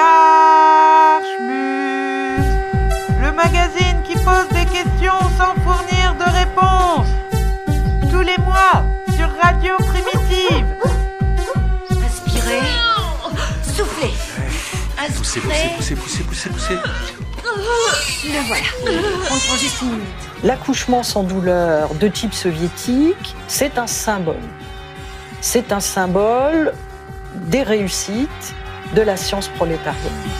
L'Archmut, le magazine qui pose des questions sans fournir de réponses. Tous les mois, sur Radio Primitive. Inspirez. Soufflez. Inspirez. Poussez. Le voilà. On prend juste une minute. L'accouchement sans douleur de type soviétique, c'est un symbole. C'est un symbole des réussites de la science prolétarienne.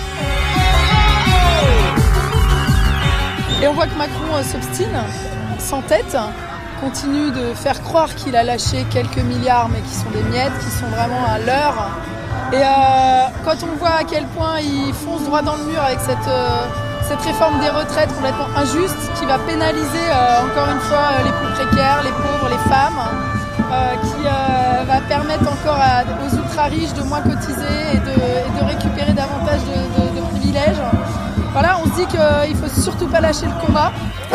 Et on voit que Macron s'obstine, s'entête, continue de faire croire qu'il a lâché quelques milliards, mais qui sont des miettes, qui sont vraiment un leurre. Et quand on voit à quel point il fonce droit dans le mur avec cette réforme des retraites complètement injuste, qui va pénaliser encore une fois les plus précaires, les pauvres, les femmes, qui va permettre encore aux ultra-riches de moins cotiser et de récupérer davantage de privilèges. Voilà, on se dit qu'il ne faut surtout pas lâcher le combat.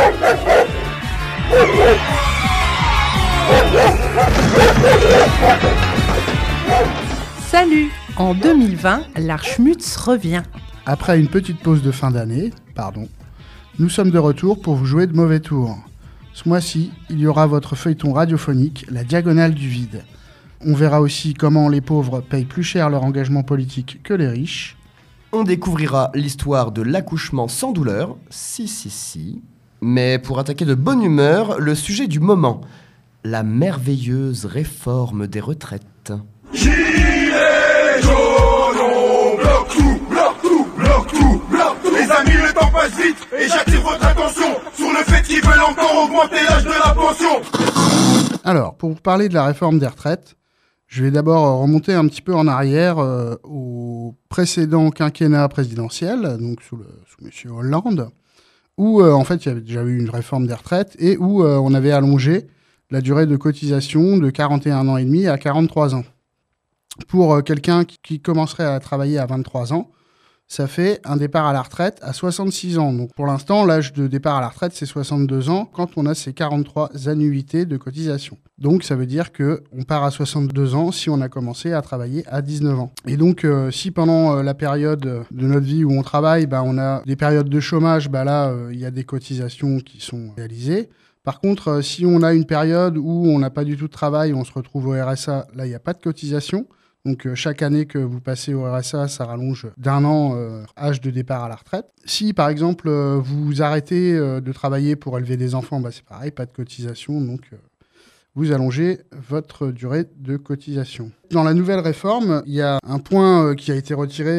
Salut! En 2020, l'Archmut revient. Après une petite pause de fin d'année, nous sommes de retour pour vous jouer de mauvais tours. Ce mois-ci, il y aura votre feuilleton radiophonique, La Diagonale du Vide. On verra aussi comment les pauvres payent plus cher leur engagement politique que les riches. On découvrira l'histoire de l'accouchement sans douleur, si. Mais pour attaquer de bonne humeur, le sujet du moment, la merveilleuse réforme des retraites. Gilets jaunes, on bloque tout. Les amis, le temps passe vite et j'attire votre attention sur le fait qu'ils veulent encore augmenter l'âge de la pension. Alors, pour vous parler de la réforme des retraites, je vais d'abord remonter un petit peu en arrière au précédent quinquennat présidentiel, donc sous M. Hollande, où en fait il y avait déjà eu une réforme des retraites et où on avait allongé la durée de cotisation de 41 ans et demi à 43 ans. Pour quelqu'un qui commencerait à travailler à 23 ans, ça fait un départ à la retraite à 66 ans. Donc pour l'instant, l'âge de départ à la retraite, c'est 62 ans quand on a ces 43 annuités de cotisation. Donc ça veut dire qu'on part à 62 ans si on a commencé à travailler à 19 ans. Et donc si pendant la période de notre vie où on travaille, on a des périodes de chômage, là, il y a des cotisations qui sont réalisées. Par contre, si on a une période où on n'a pas du tout de travail, on se retrouve au RSA, là, il n'y a pas de cotisation. Donc chaque année que vous passez au RSA, ça rallonge d'un an âge de départ à la retraite. Si par exemple vous arrêtez de travailler pour élever des enfants, c'est pareil, pas de cotisation, donc vous allongez votre durée de cotisation. Dans la nouvelle réforme, il y a un point qui a été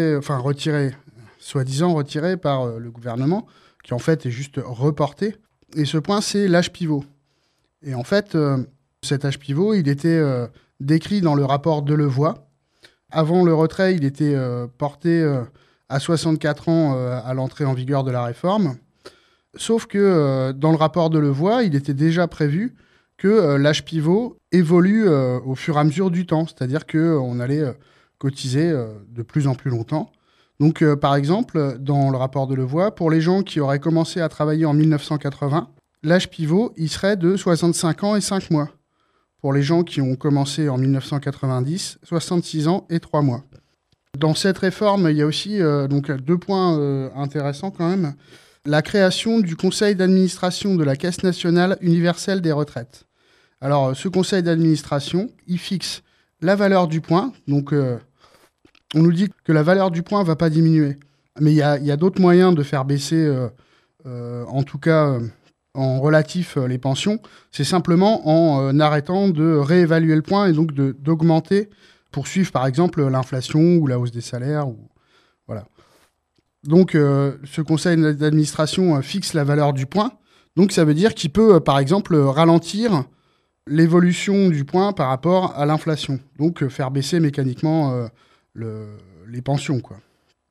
soi-disant retiré par le gouvernement, qui en fait est juste reporté. Et ce point, c'est l'âge pivot. Et en fait, cet âge pivot, il était décrit dans le rapport Delevoye. Avant le retrait, il était porté à 64 ans à l'entrée en vigueur de la réforme. Sauf que dans le rapport Delevoye, il était déjà prévu que l'âge pivot évolue au fur et à mesure du temps. C'est-à-dire qu'on allait cotiser de plus en plus longtemps. Donc, par exemple, dans le rapport Delevoye, pour les gens qui auraient commencé à travailler en 1980, l'âge pivot, il serait de 65 ans et 5 mois. Pour les gens qui ont commencé en 1990, 66 ans et 3 mois. Dans cette réforme, il y a aussi deux points intéressants quand même. La création du conseil d'administration de la Caisse nationale universelle des retraites. Alors, ce conseil d'administration, il fixe la valeur du point. Donc, on nous dit que la valeur du point ne va pas diminuer. Mais il y a d'autres moyens de faire baisser, en tout cas... en relatif les pensions, c'est simplement en arrêtant de réévaluer le point et donc d'augmenter pour suivre par exemple l'inflation ou la hausse des salaires. Voilà. Donc ce conseil d'administration fixe la valeur du point, donc ça veut dire qu'il peut par exemple ralentir l'évolution du point par rapport à l'inflation, donc faire baisser mécaniquement les pensions, quoi.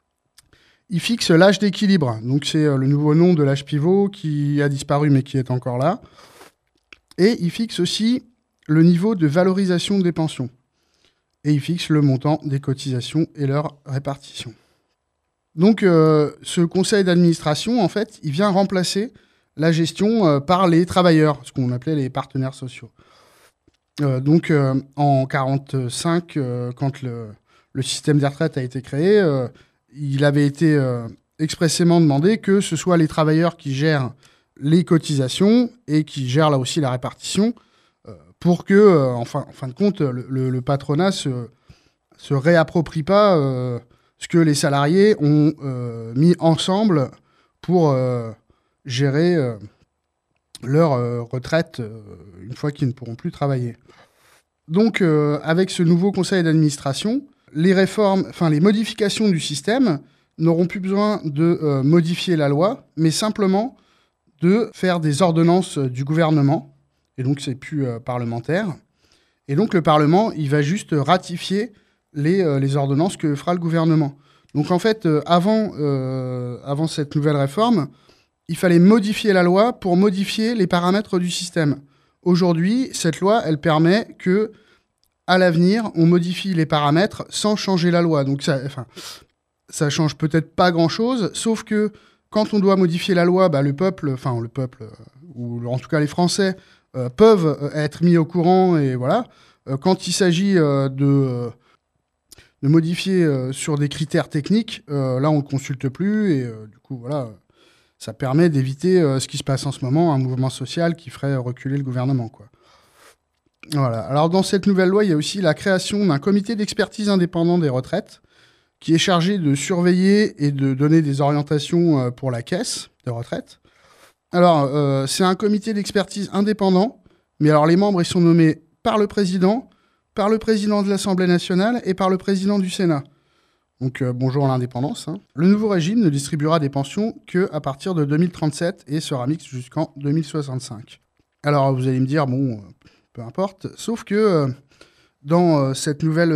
Il fixe l'âge d'équilibre, donc c'est le nouveau nom de l'âge pivot qui a disparu mais qui est encore là. Et il fixe aussi le niveau de valorisation des pensions. Et il fixe le montant des cotisations et leur répartition. Donc ce conseil d'administration, en fait, il vient remplacer la gestion par les travailleurs, ce qu'on appelait les partenaires sociaux. Donc en 1945, quand le système des retraites a été créé, il avait été expressément demandé que ce soit les travailleurs qui gèrent les cotisations et qui gèrent là aussi la répartition pour que, en fin de compte, le patronat se réapproprie pas ce que les salariés ont mis ensemble pour gérer leur retraite une fois qu'ils ne pourront plus travailler. Donc, avec ce nouveau conseil d'administration, les modifications du système n'auront plus besoin de modifier la loi, mais simplement de faire des ordonnances du gouvernement. Et donc, c'est plus parlementaire. Et donc, le Parlement, il va juste ratifier les ordonnances que fera le gouvernement. Donc, en fait, avant cette nouvelle réforme, il fallait modifier la loi pour modifier les paramètres du système. Aujourd'hui, cette loi, elle permet que, à l'avenir, on modifie les paramètres sans changer la loi. Donc, ça change peut-être pas grand-chose, sauf que quand on doit modifier la loi, le peuple, ou en tout cas les Français, peuvent être mis au courant. Et voilà. Quand il s'agit de modifier sur des critères techniques, là, on ne consulte plus. Et du coup, voilà, ça permet d'éviter ce qui se passe en ce moment, un mouvement social qui ferait reculer le gouvernement, quoi. Voilà. Alors, dans cette nouvelle loi, il y a aussi la création d'un comité d'expertise indépendant des retraites qui est chargé de surveiller et de donner des orientations pour la caisse de retraite. Alors, c'est un comité d'expertise indépendant, mais alors les membres, ils sont nommés par le président de l'Assemblée nationale et par le président du Sénat. Donc, bonjour à l'indépendance. Le nouveau régime ne distribuera des pensions qu'à partir de 2037 et sera mixte jusqu'en 2065. Alors, vous allez me dire, bon, peu importe, sauf que dans cette nouvelle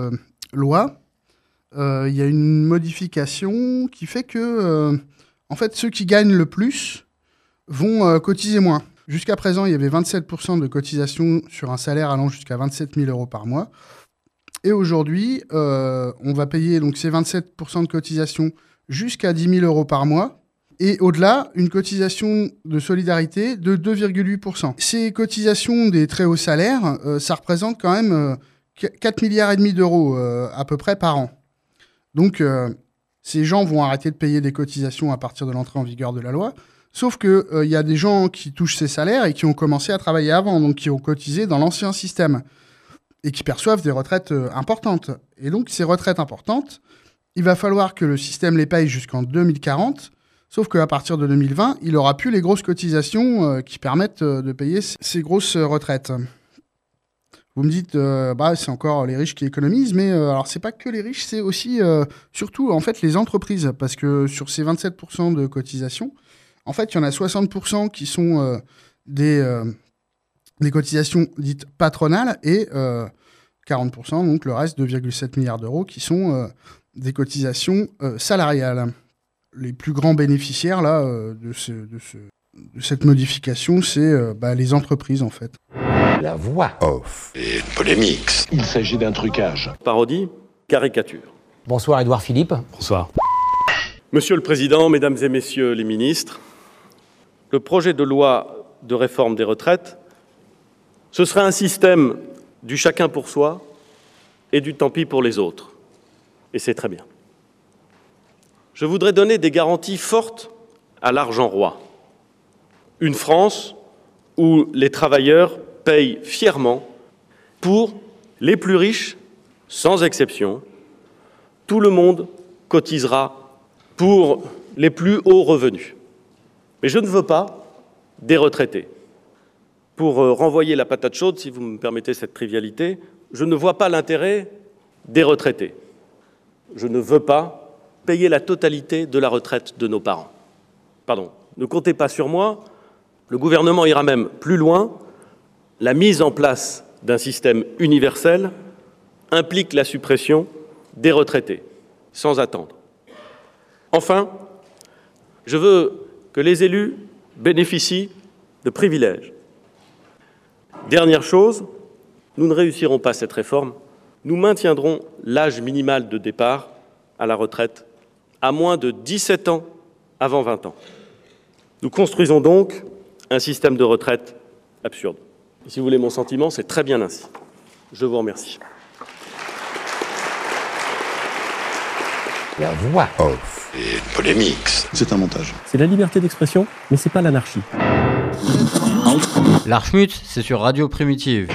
loi, il y a une modification qui fait que, en fait, ceux qui gagnent le plus vont cotiser moins. Jusqu'à présent, il y avait 27% de cotisation sur un salaire allant jusqu'à 27 000 € par mois. Et aujourd'hui, on va payer donc ces 27% de cotisation jusqu'à 10 000 € par mois. Et au-delà, une cotisation de solidarité de 2,8%. Ces cotisations des très hauts salaires, ça représente quand même 4,5 milliards d'euros à peu près par an. Donc, ces gens vont arrêter de payer des cotisations à partir de l'entrée en vigueur de la loi. Sauf qu'il y a des gens qui touchent ces salaires et qui ont commencé à travailler avant, donc qui ont cotisé dans l'ancien système et qui perçoivent des retraites importantes. Et donc, ces retraites importantes, il va falloir que le système les paye jusqu'en 2040. Sauf qu'à partir de 2020, il n'aura plus les grosses cotisations qui permettent de payer ces grosses retraites. Vous me dites, c'est encore les riches qui économisent, mais alors c'est pas que les riches, c'est aussi surtout en fait les entreprises, parce que sur ces 27% de cotisations, en fait, il y en a 60% qui sont des cotisations dites patronales et 40%, donc le reste, 2,7 milliards d'euros, qui sont des cotisations salariales. Les plus grands bénéficiaires là, de cette modification, c'est les entreprises, en fait. La voix off et une polémique. Il s'agit d'un trucage. Parodie, caricature. Bonsoir Édouard Philippe. Bonsoir. Monsieur le Président, Mesdames et Messieurs les ministres, le projet de loi de réforme des retraites, ce serait un système du chacun pour soi et du tant pis pour les autres. Et c'est très bien. Je voudrais donner des garanties fortes à l'argent roi. Une France où les travailleurs payent fièrement pour les plus riches, sans exception. Tout le monde cotisera pour les plus hauts revenus. Mais je ne veux pas des retraités. Pour renvoyer la patate chaude, si vous me permettez cette trivialité, je ne vois pas l'intérêt des retraités. Je ne veux pas payer la totalité de la retraite de nos parents. Pardon, ne comptez pas sur moi, le gouvernement ira même plus loin. La mise en place d'un système universel implique la suppression des retraités, sans attendre. Enfin, je veux que les élus bénéficient de privilèges. Dernière chose, nous ne réussirons pas cette réforme. Nous maintiendrons l'âge minimal de départ à la retraite à moins de 17 ans avant 20 ans. Nous construisons donc un système de retraite absurde. Et si vous voulez mon sentiment, c'est très bien ainsi. Je vous remercie. La voix off. Et une polémique. C'est un montage. C'est la liberté d'expression, mais c'est pas l'anarchie. L'Archmut, c'est sur Radio Primitive.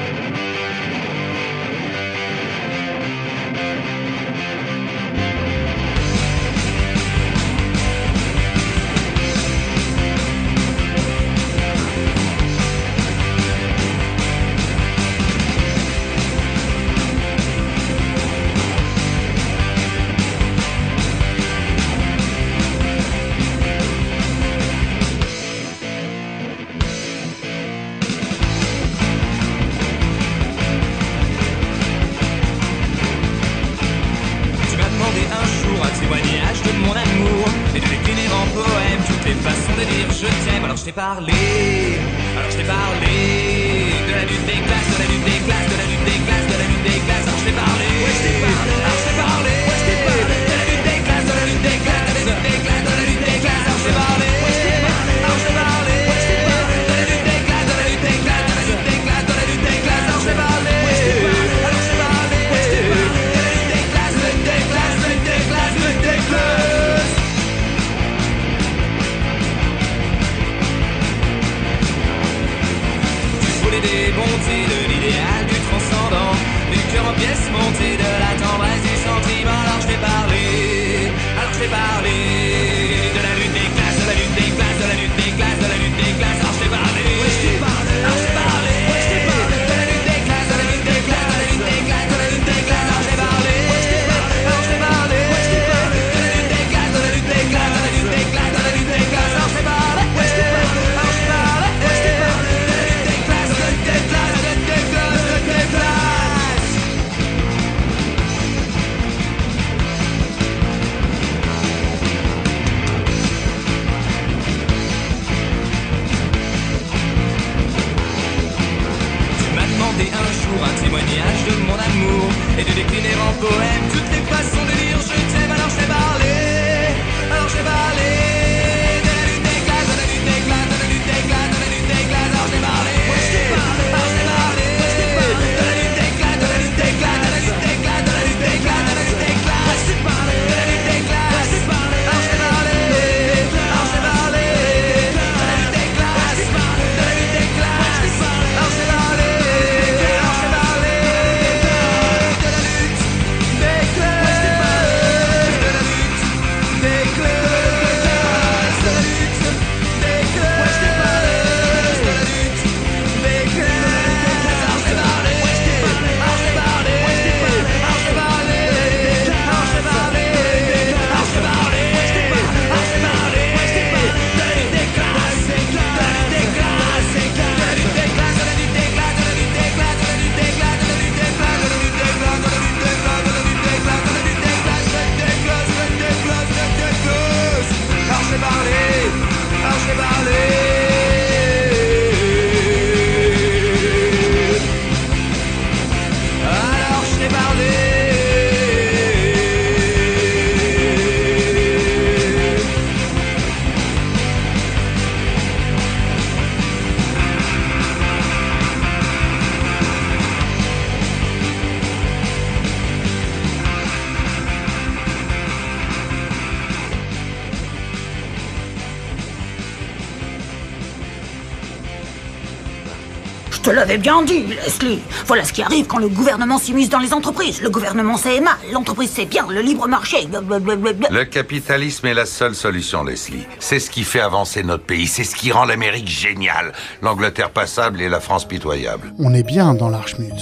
Je te l'avais bien dit, Leslie. Voilà ce qui arrive quand le gouvernement s'immisce dans les entreprises. Le gouvernement c'est mal, l'entreprise c'est bien, le libre marché, blablabla. Le capitalisme est la seule solution, Leslie. C'est ce qui fait avancer notre pays, c'est ce qui rend l'Amérique géniale, l'Angleterre passable et la France pitoyable. On est bien dans l'Archmut.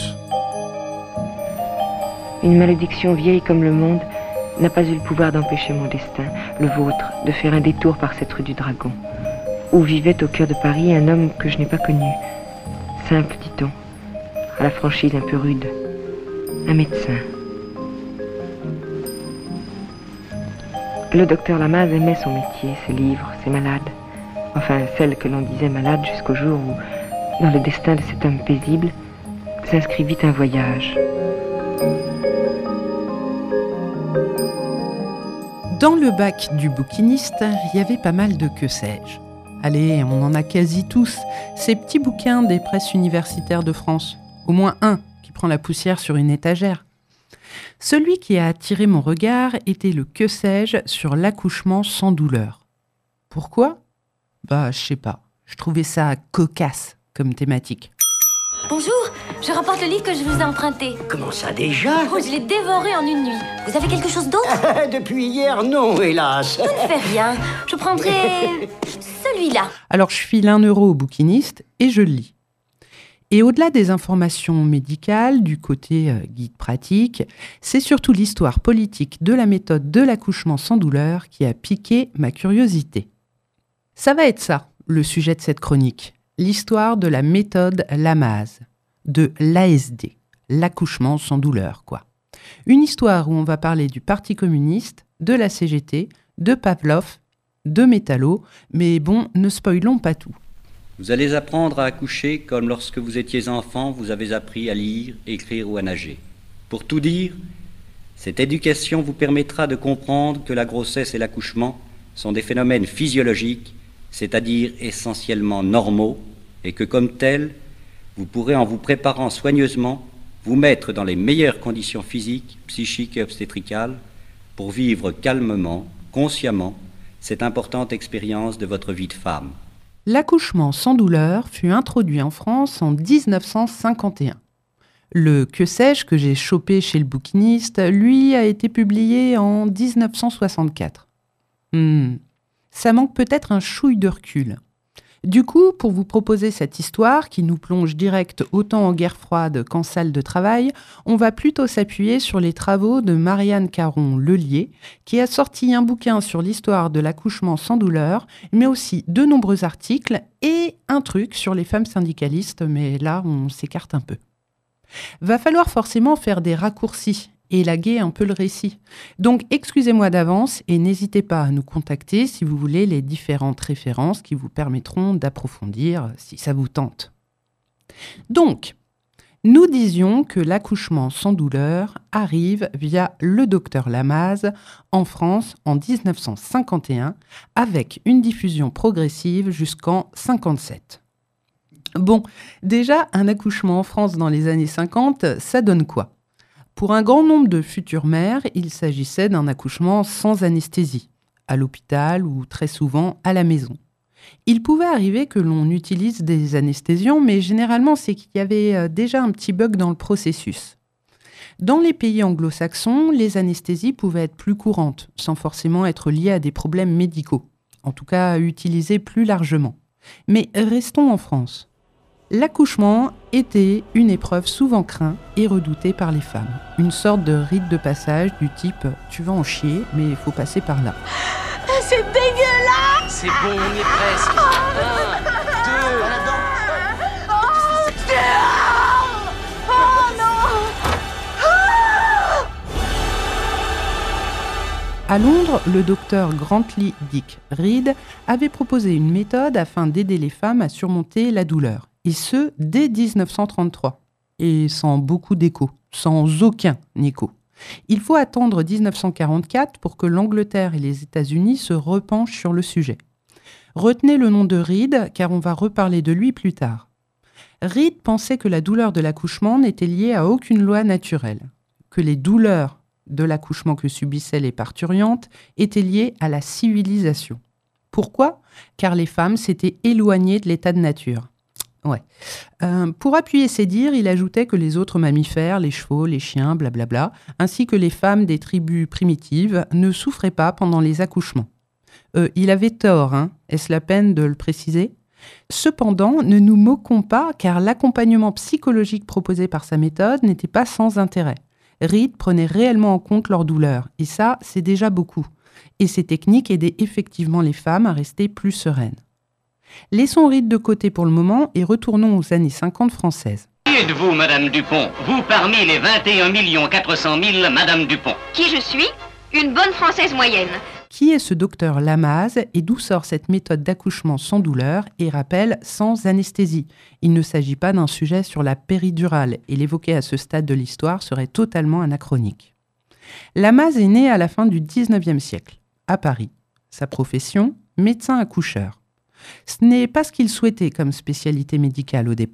Une malédiction vieille comme le monde n'a pas eu le pouvoir d'empêcher mon destin, le vôtre, de faire un détour par cette rue du Dragon, où vivait au cœur de Paris un homme que je n'ai pas connu. Simple, dit-on, à la franchise un peu rude, un médecin. Le docteur Lamaze aimait son métier, ses livres, ses malades. Enfin, celles que l'on disait malades jusqu'au jour où, dans le destin de cet homme paisible, s'inscrivit un voyage. Dans le bac du bouquiniste, il y avait pas mal de que sais-je. Allez, on en a quasi tous, ces petits bouquins des presses universitaires de France. Au moins un qui prend la poussière sur une étagère. Celui qui a attiré mon regard était le que sais-je sur l'accouchement sans douleur. Pourquoi ? Je sais pas. Je trouvais ça cocasse comme thématique. Bonjour, je rapporte le livre que je vous ai emprunté. Comment ça déjà ? Oh, je l'ai dévoré en une nuit. Vous avez quelque chose d'autre ? Depuis hier, non, hélas. Ça ne fait rien. Je prendrai celui-là. Alors je file 1 € au bouquiniste et je le lis. Et au-delà des informations médicales, du côté guide pratique, c'est surtout l'histoire politique de la méthode de l'accouchement sans douleur qui a piqué ma curiosité. Ça va être ça, le sujet de cette chronique. L'histoire de la méthode Lamaze, de l'ASD, l'accouchement sans douleur, quoi. Une histoire où on va parler du Parti communiste, de la CGT, de Pavlov, de Métallo, mais bon, ne spoilons pas tout. Vous allez apprendre à accoucher comme lorsque vous étiez enfant, vous avez appris à lire, écrire ou à nager. Pour tout dire, cette éducation vous permettra de comprendre que la grossesse et l'accouchement sont des phénomènes physiologiques, c'est-à-dire essentiellement normaux, et que comme tels, vous pourrez, en vous préparant soigneusement, vous mettre dans les meilleures conditions physiques, psychiques et obstétricales pour vivre calmement, consciemment, cette importante expérience de votre vie de femme. L'accouchement sans douleur fut introduit en France en 1951. Le que sais-je que j'ai chopé chez le bouquiniste, lui, a été publié en 1964. Ça manque peut-être un chouille de recul. Du coup, pour vous proposer cette histoire qui nous plonge direct autant en guerre froide qu'en salle de travail, on va plutôt s'appuyer sur les travaux de Marianne Caron-Lelier, qui a sorti un bouquin sur l'histoire de l'accouchement sans douleur, mais aussi de nombreux articles et un truc sur les femmes syndicalistes, mais là, on s'écarte un peu. Va falloir forcément faire des raccourcis, élaguer un peu le récit. Donc, excusez-moi d'avance et n'hésitez pas à nous contacter si vous voulez les différentes références qui vous permettront d'approfondir si ça vous tente. Donc, nous disions que l'accouchement sans douleur arrive via le docteur Lamaze en France en 1951 avec une diffusion progressive jusqu'en 1957. Bon, déjà, un accouchement en France dans les années 50, ça donne quoi ? Pour un grand nombre de futures mères, il s'agissait d'un accouchement sans anesthésie, à l'hôpital ou très souvent à la maison. Il pouvait arriver que l'on utilise des anesthésiants, mais généralement c'est qu'il y avait déjà un petit bug dans le processus. Dans les pays anglo-saxons, les anesthésies pouvaient être plus courantes, sans forcément être liées à des problèmes médicaux, en tout cas utilisées plus largement. Mais restons en France. L'accouchement était une épreuve souvent crainte et redoutée par les femmes. Une sorte de rite de passage du type « tu vas en chier, mais il faut passer par là ». C'est dégueulasse! C'est bon, on y est presque. 1, 2, voilà donc. Oh non! À Londres, le docteur Grantley Dick Reed avait proposé une méthode afin d'aider les femmes à surmonter la douleur. Et ce, dès 1933. Et sans beaucoup d'écho, sans aucun écho. Il faut attendre 1944 pour que l'Angleterre et les États-Unis se repenchent sur le sujet. Retenez le nom de Reed, car on va reparler de lui plus tard. Reed pensait que la douleur de l'accouchement n'était liée à aucune loi naturelle, que les douleurs de l'accouchement que subissaient les parturientes étaient liées à la civilisation. Pourquoi ? Car les femmes s'étaient éloignées de l'état de nature. Ouais. Pour appuyer ses dires, il ajoutait que les autres mammifères, les chevaux, les chiens, blablabla, ainsi que les femmes des tribus primitives, ne souffraient pas pendant les accouchements. Il avait tort, hein ? Est-ce la peine de le préciser ? Cependant, ne nous moquons pas, car l'accompagnement psychologique proposé par sa méthode n'était pas sans intérêt. Reed prenait réellement en compte leur douleur, et ça, c'est déjà beaucoup. Et ces techniques aidaient effectivement les femmes à rester plus sereines. Laissons Reed de côté pour le moment et retournons aux années 50 françaises. Qui êtes-vous, Madame Dupont ? Vous parmi les 21 400 000 Madame Dupont. Qui je suis ? Une bonne Française moyenne. Qui est ce docteur Lamaze et d'où sort cette méthode d'accouchement sans douleur et rappel sans anesthésie ? Il ne s'agit pas d'un sujet sur la péridurale et l'évoquer à ce stade de l'histoire serait totalement anachronique. Lamaze est né à la fin du 19e siècle, à Paris. Sa profession, médecin accoucheur. Ce n'est pas ce qu'il souhaitait comme spécialité médicale au départ,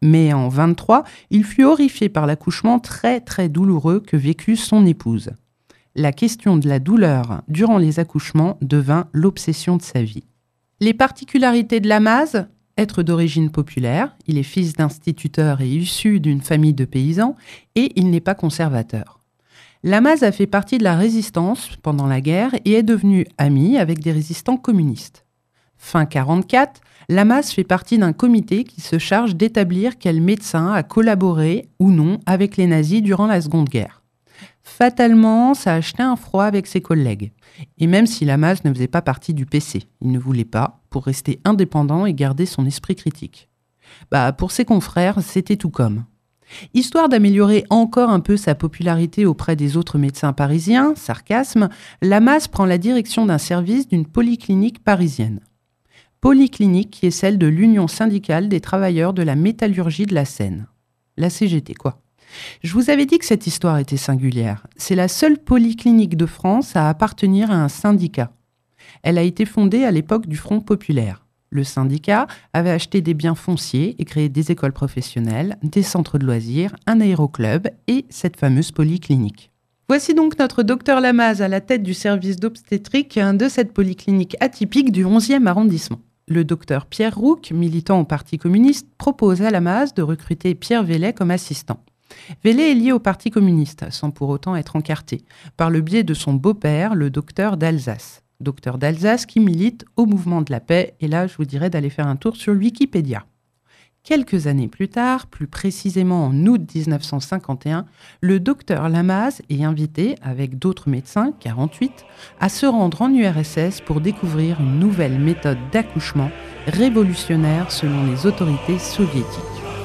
Mais en 23, il fut horrifié par l'accouchement très très douloureux que vécut son épouse. La question de la douleur durant les accouchements devint l'obsession de sa vie. Les particularités de Lamaze: être d'origine populaire, il est fils d'instituteur et issu d'une famille de paysans, et il n'est pas conservateur. Lamaze a fait partie de la résistance pendant la guerre et est devenu ami avec des résistants communistes. Fin 1944, Lamaze fait partie d'un comité qui se charge d'établir quel médecin a collaboré ou non avec les nazis durant la Seconde Guerre. Fatalement, ça a jeté un froid avec ses collègues. Et même si Lamaze ne faisait pas partie du PC, il ne voulait pas, pour rester indépendant et garder son esprit critique. Pour ses confrères, c'était tout comme. Histoire d'améliorer encore un peu sa popularité auprès des autres médecins parisiens, sarcasme, Lamaze prend la direction d'un service d'une polyclinique parisienne. Polyclinique qui est celle de l'Union syndicale des travailleurs de la métallurgie de la Seine. La CGT, quoi. Je vous avais dit que cette histoire était singulière. C'est la seule polyclinique de France à appartenir à un syndicat. Elle a été fondée à l'époque du Front populaire. Le syndicat avait acheté des biens fonciers et créé des écoles professionnelles, des centres de loisirs, un aéroclub et cette fameuse polyclinique. Voici donc notre docteur Lamaze à la tête du service d'obstétrique de cette polyclinique atypique du 11e arrondissement. Le docteur Pierre Rouc, militant au Parti communiste, propose à Lamaze de recruter Pierre Vellet comme assistant. Vellet est lié au Parti communiste, sans pour autant être encarté, par le biais de son beau-père, le docteur d'Alsace. Docteur d'Alsace qui milite au mouvement de la paix, et là je vous dirais d'aller faire un tour sur Wikipédia. Quelques années plus tard, plus précisément en août 1951, le docteur Lamaze est invité, avec d'autres médecins, 48, à se rendre en URSS pour découvrir une nouvelle méthode d'accouchement révolutionnaire selon les autorités soviétiques.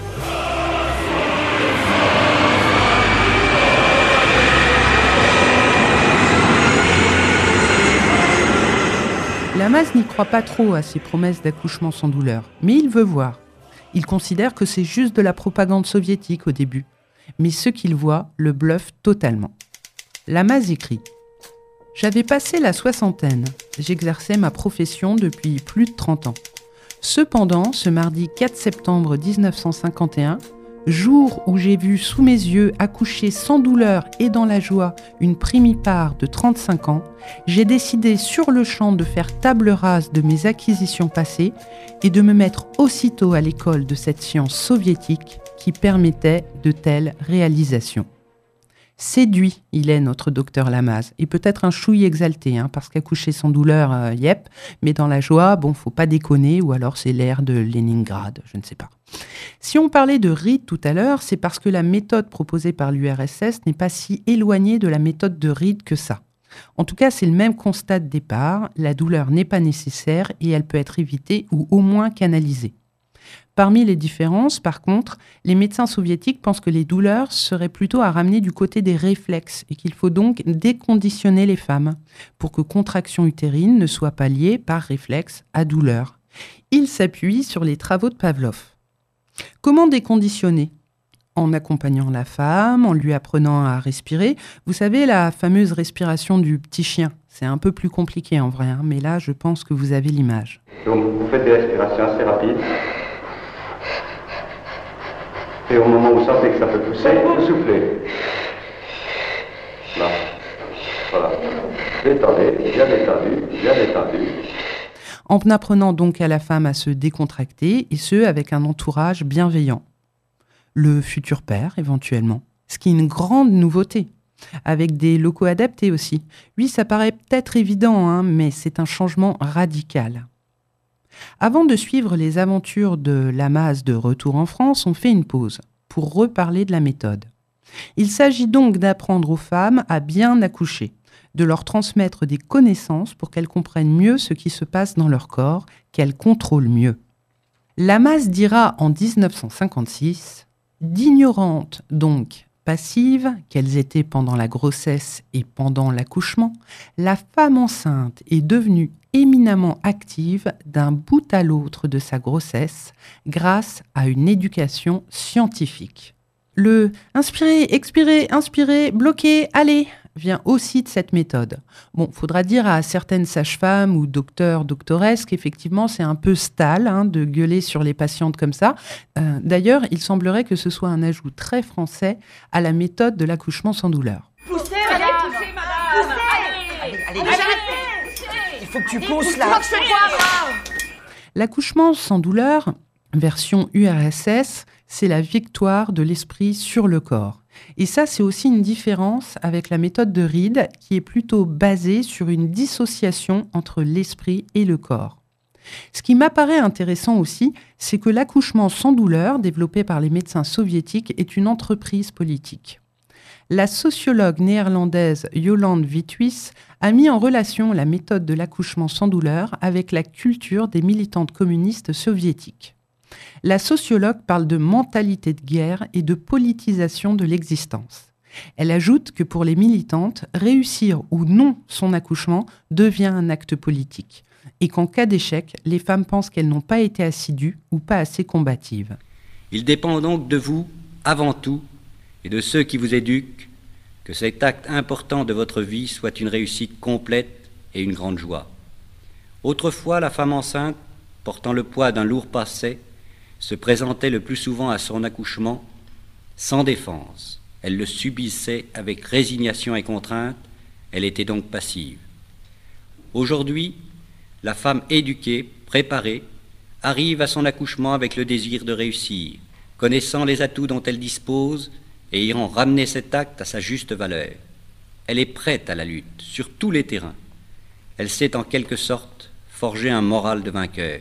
Lamaze n'y croit pas trop à ces promesses d'accouchement sans douleur, mais il veut voir. Il considère que c'est juste de la propagande soviétique au début, mais ce qu'il voit le bluffe totalement. Lamaze écrit « J'avais passé la soixantaine, j'exerçais ma profession depuis plus de 30 ans. Cependant, ce mardi 4 septembre 1951, jour où j'ai vu sous mes yeux accoucher sans douleur et dans la joie une primipare de 35 ans, j'ai décidé sur le champ de faire table rase de mes acquisitions passées et de me mettre aussitôt à l'école de cette science soviétique qui permettait de telles réalisations. » Séduit, il est notre docteur Lamaze, et peut-être un chouille exalté, parce qu'accoucher sans douleur, yep, mais dans la joie, faut pas déconner, ou alors c'est l'ère de Leningrad, je ne sais pas. Si on parlait de rite tout à l'heure, c'est parce que la méthode proposée par l'URSS n'est pas si éloignée de la méthode de rite que ça. En tout cas, c'est le même constat de départ, la douleur n'est pas nécessaire et elle peut être évitée ou au moins canalisée. Parmi les différences, par contre, les médecins soviétiques pensent que les douleurs seraient plutôt à ramener du côté des réflexes et qu'il faut donc déconditionner les femmes pour que contraction utérine ne soit pas liée par réflexe à douleur. Ils s'appuient sur les travaux de Pavlov. Comment déconditionner ? En accompagnant la femme, en lui apprenant à respirer. Vous savez, la fameuse respiration du petit chien. C'est un peu plus compliqué en vrai, mais là, je pense que vous avez l'image. Donc, vous faites des respirations assez rapides. Et au moment où vous sentez que ça peut pousser, vous soufflez. Là. Voilà. Détendez, bien détendu, bien détendu. En apprenant donc à la femme à se décontracter, et ce, avec un entourage bienveillant. Le futur père, éventuellement. Ce qui est une grande nouveauté. Avec des locaux adaptés aussi. Oui, ça paraît peut-être évident, mais c'est un changement radical. Avant de suivre les aventures de Lamaze de retour en France, on fait une pause pour reparler de la méthode. Il s'agit donc d'apprendre aux femmes à bien accoucher, de leur transmettre des connaissances pour qu'elles comprennent mieux ce qui se passe dans leur corps, qu'elles contrôlent mieux. Lamaze dira en 1956 « D'ignorantes, donc passives, qu'elles étaient pendant la grossesse et pendant l'accouchement, la femme enceinte est devenue éminemment active d'un bout à l'autre de sa grossesse grâce à une éducation scientifique. Le « inspirez, expirez, inspirez, bloquez, allez » vient aussi de cette méthode. Bon, faudra dire à certaines sages-femmes ou docteurs, doctoresses qu'effectivement c'est un peu stale de gueuler sur les patientes comme ça. D'ailleurs, il semblerait que ce soit un ajout très français à la méthode de l'accouchement sans douleur. Poussez, madame! Poussez, madame! Allez, il faut que tu pousses là! L'accouchement sans douleur, version URSS, c'est la victoire de l'esprit sur le corps. Et ça, c'est aussi une différence avec la méthode de Reed, qui est plutôt basée sur une dissociation entre l'esprit et le corps. Ce qui m'apparaît intéressant aussi, c'est que l'accouchement sans douleur, développé par les médecins soviétiques, est une entreprise politique. La sociologue néerlandaise Yolande Witthuis a mis en relation la méthode de l'accouchement sans douleur avec la culture des militantes communistes soviétiques. La sociologue parle de mentalité de guerre et de politisation de l'existence. Elle ajoute que pour les militantes, réussir ou non son accouchement devient un acte politique et qu'en cas d'échec, les femmes pensent qu'elles n'ont pas été assidues ou pas assez combatives. Il dépend donc de vous, avant tout, et de ceux qui vous éduquent, que cet acte important de votre vie soit une réussite complète et une grande joie. Autrefois, la femme enceinte, portant le poids d'un lourd passé, se présentait le plus souvent à son accouchement sans défense. Elle le subissait avec résignation et contrainte, elle était donc passive. Aujourd'hui, la femme éduquée, préparée, arrive à son accouchement avec le désir de réussir, connaissant les atouts dont elle dispose et ayant ramené cet acte à sa juste valeur. Elle est prête à la lutte, sur tous les terrains. Elle s'est en quelque sorte forger un moral de vainqueur.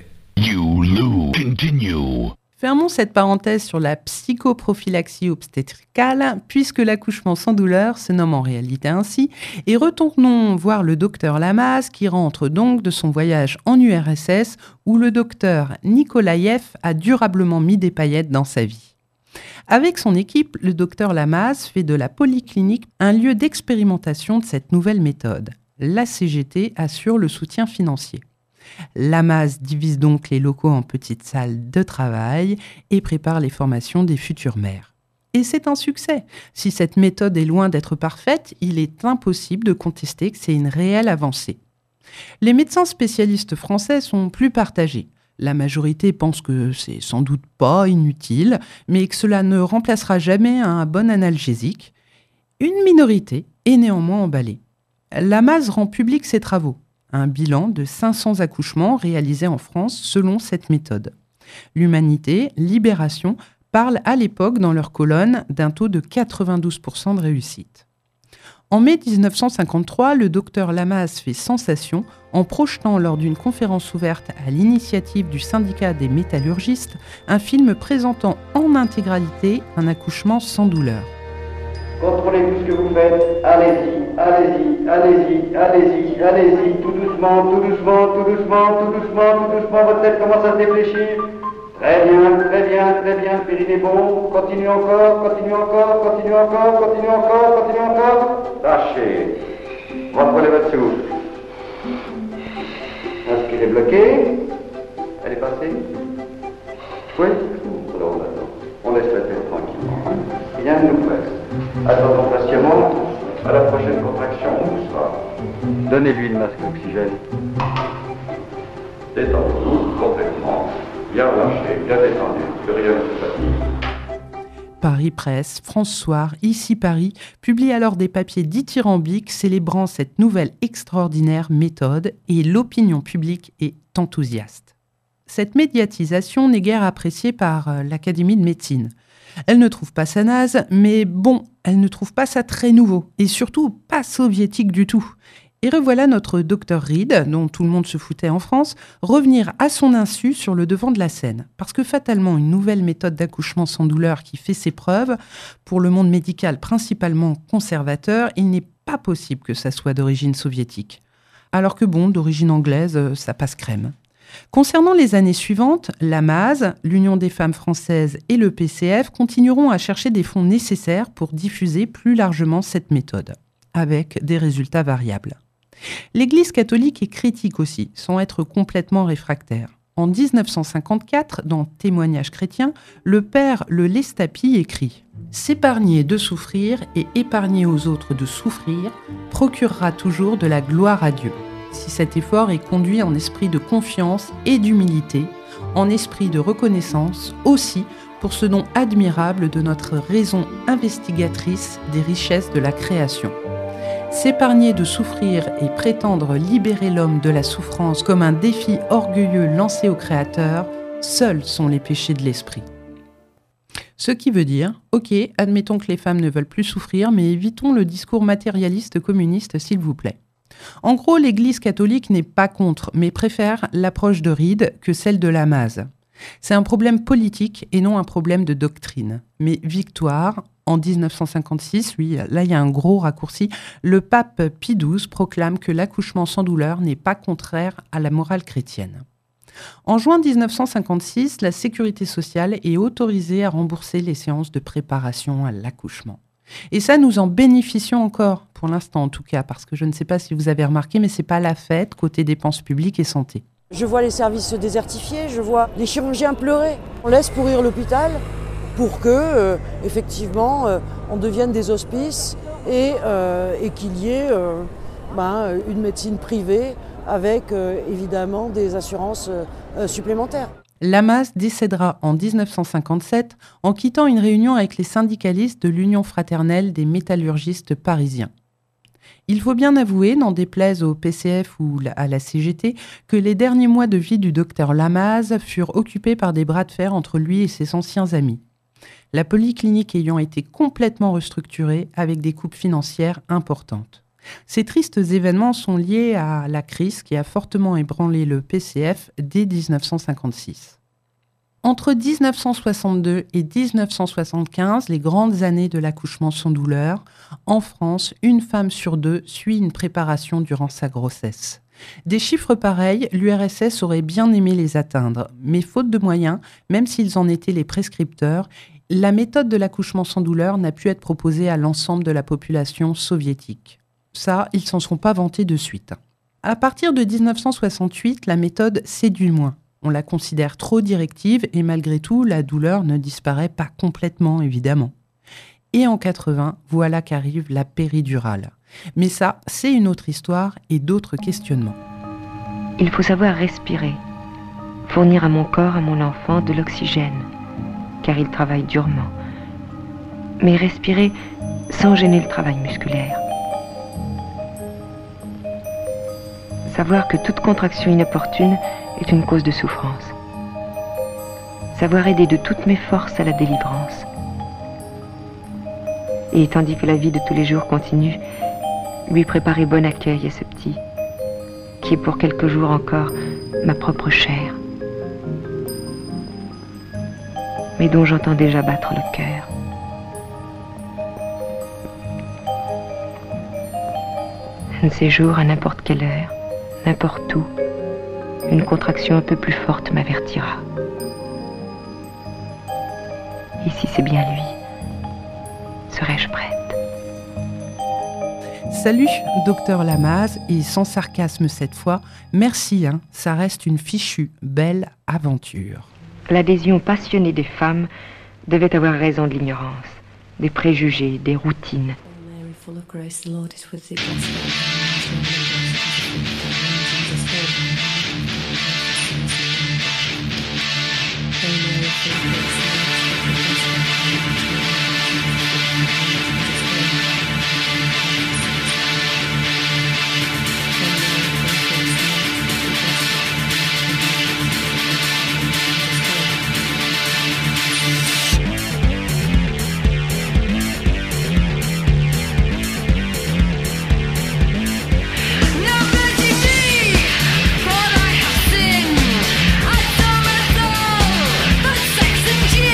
Fermons cette parenthèse sur la psychoprophylaxie obstétricale, puisque l'accouchement sans douleur se nomme en réalité ainsi, et retournons voir le docteur Lamaze qui rentre donc de son voyage en URSS où le docteur Nikolaïev a durablement mis des paillettes dans sa vie. Avec son équipe, le docteur Lamaze fait de la polyclinique un lieu d'expérimentation de cette nouvelle méthode. La CGT assure le soutien financier. Lamaze divise donc les locaux en petites salles de travail et prépare les formations des futures mères. Et c'est un succès. Si cette méthode est loin d'être parfaite, il est impossible de contester que c'est une réelle avancée. Les médecins spécialistes français sont plus partagés. La majorité pense que c'est sans doute pas inutile, mais que cela ne remplacera jamais un bon analgésique. Une minorité est néanmoins emballée. Lamaze rend public ses travaux. Un bilan de 500 accouchements réalisés en France selon cette méthode. L'Humanité, Libération parlent à l'époque dans leur colonne d'un taux de 92% de réussite. En mai 1953, le docteur Lamaze fait sensation en projetant lors d'une conférence ouverte à l'initiative du syndicat des métallurgistes un film présentant en intégralité un accouchement sans douleur. Contrôlez tout ce que vous faites, allez-y, allez-y, allez-y, allez-y, allez-y, tout doucement, tout doucement, tout doucement, tout doucement, tout doucement, votre tête commence à se défléchir. Très bien, très bien, très bien, le périnée bon, continuez encore, continuez encore, continuez encore, continuez encore, continuez encore. Lâchez, reprenez votre souffle. Inspirez bloqué, elle est passée. Oui, alors on laisse la tête tranquillement, rien ne nous presse. Attendons patiemment à la prochaine contraction, tout sera. Donnez-lui le masque d'oxygène. Détendez-vous complètement, bien relâché, bien détendu, que rien ne se fatigue. Paris Presse, France Soir, Ici Paris publient alors des papiers dithyrambiques célébrant cette nouvelle extraordinaire méthode et l'opinion publique est enthousiaste. Cette médiatisation n'est guère appréciée par l'Académie de médecine. Elle ne trouve pas ça naze, mais bon, elle ne trouve pas ça très nouveau, et surtout pas soviétique du tout. Et revoilà notre Dr Reed, dont tout le monde se foutait en France, revenir à son insu sur le devant de la scène. Parce que fatalement, une nouvelle méthode d'accouchement sans douleur qui fait ses preuves, pour le monde médical principalement conservateur, il n'est pas possible que ça soit d'origine soviétique. Alors que bon, d'origine anglaise, ça passe crème. Concernant les années suivantes, Lamaze, l'Union des femmes françaises et le PCF continueront à chercher des fonds nécessaires pour diffuser plus largement cette méthode, avec des résultats variables. L'Église catholique est critique aussi, sans être complètement réfractaire. En 1954, dans Témoignages chrétiens, le père Le Lestapy écrit « S'épargner de souffrir et épargner aux autres de souffrir procurera toujours de la gloire à Dieu. Si cet effort est conduit en esprit de confiance et d'humilité, en esprit de reconnaissance aussi pour ce don admirable de notre raison investigatrice des richesses de la création. S'épargner de souffrir et prétendre libérer l'homme de la souffrance comme un défi orgueilleux lancé au Créateur, seuls sont les péchés de l'esprit. » Ce qui veut dire, ok, admettons que les femmes ne veulent plus souffrir, mais évitons le discours matérialiste communiste, s'il vous plaît. En gros, l'Église catholique n'est pas contre, mais préfère l'approche de Reed que celle de Lamaze. C'est un problème politique et non un problème de doctrine. Mais Victoire, en 1956, là il y a un gros raccourci, le pape Pie XII proclame que l'accouchement sans douleur n'est pas contraire à la morale chrétienne. En juin 1956, la Sécurité sociale est autorisée à rembourser les séances de préparation à l'accouchement. Et ça, nous en bénéficions encore, pour l'instant en tout cas, parce que je ne sais pas si vous avez remarqué, mais c'est pas la fête côté dépenses publiques et santé. Je vois les services se désertifier, je vois les chirurgiens pleurer. On laisse pourrir l'hôpital pour que, effectivement, on devienne des hospices et qu'il y ait une médecine privée avec, évidemment, des assurances supplémentaires. Lamaze décédera en 1957 en quittant une réunion avec les syndicalistes de l'Union fraternelle des métallurgistes parisiens. Il faut bien avouer, n'en déplaise au PCF ou à la CGT, que les derniers mois de vie du docteur Lamaze furent occupés par des bras de fer entre lui et ses anciens amis. La polyclinique ayant été complètement restructurée avec des coupes financières importantes. Ces tristes événements sont liés à la crise qui a fortement ébranlé le PCF dès 1956. Entre 1962 et 1975, les grandes années de l'accouchement sans douleur, en France, une femme sur deux suit une préparation durant sa grossesse. Des chiffres pareils, l'URSS aurait bien aimé les atteindre, mais faute de moyens, même s'ils en étaient les prescripteurs, la méthode de l'accouchement sans douleur n'a pu être proposée à l'ensemble de la population soviétique. Ça, ils s'en sont pas vantés de suite. À partir de 1968, la méthode séduit moins. On la considère trop directive et malgré tout, la douleur ne disparaît pas complètement, évidemment. Et en 80, voilà qu'arrive la péridurale. Mais ça, c'est une autre histoire et d'autres questionnements. Il faut savoir respirer, fournir à mon corps, à mon enfant, de l'oxygène, car il travaille durement. Mais respirer sans gêner le travail musculaire. Savoir que toute contraction inopportune est une cause de souffrance. Savoir aider de toutes mes forces à la délivrance. Et tandis que la vie de tous les jours continue, lui préparer bon accueil à ce petit, qui est pour quelques jours encore ma propre chair, mais dont j'entends déjà battre le cœur. Un de ces jours, à n'importe quelle heure, n'importe où, une contraction un peu plus forte m'avertira. Et si c'est bien lui, serai-je prête? Salut, docteur Lamaze, et sans sarcasme cette fois, merci, ça reste une fichue belle aventure. L'adhésion passionnée des femmes devait avoir raison de l'ignorance, des préjugés, des routines. Sex and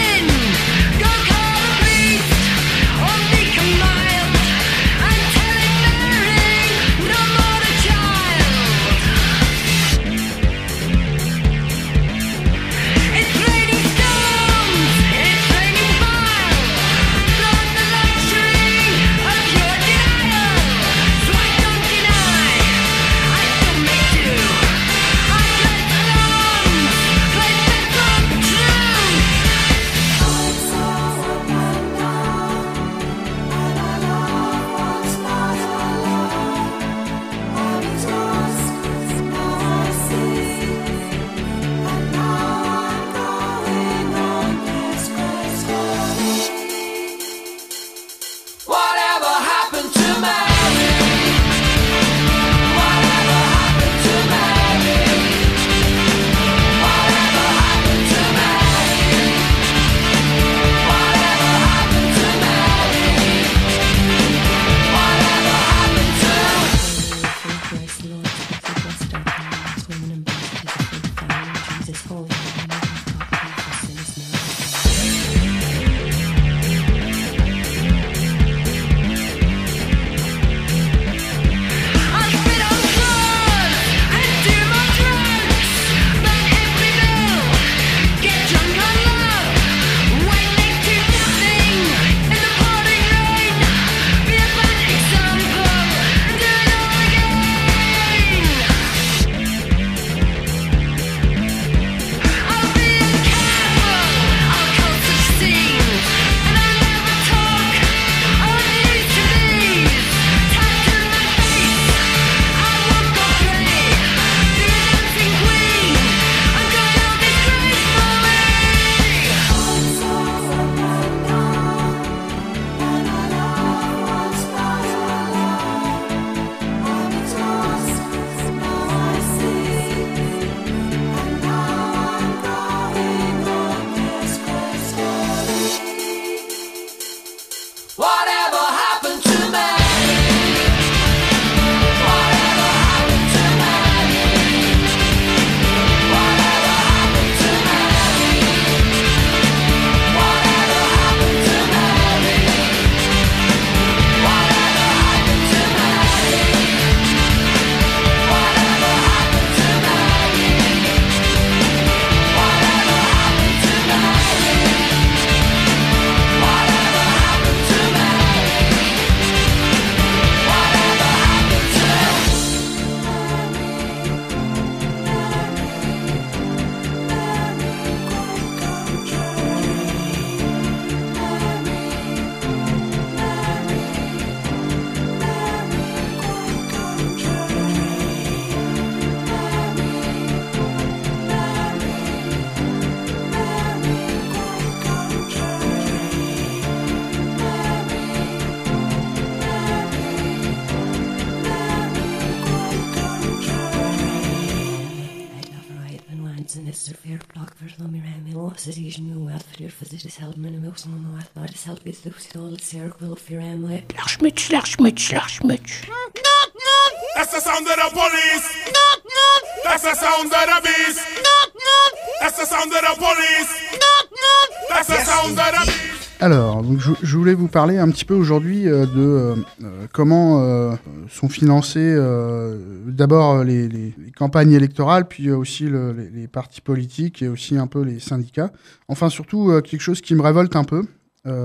That's the sound of the police. That's the sound of the beast. That's the sound of the police. That's the sound of the beast. Alors, donc je voulais vous parler un petit peu aujourd'hui de comment sont financées d'abord les campagnes électorales, puis aussi les partis politiques et aussi un peu les syndicats. Enfin, surtout, quelque chose qui me révolte un peu,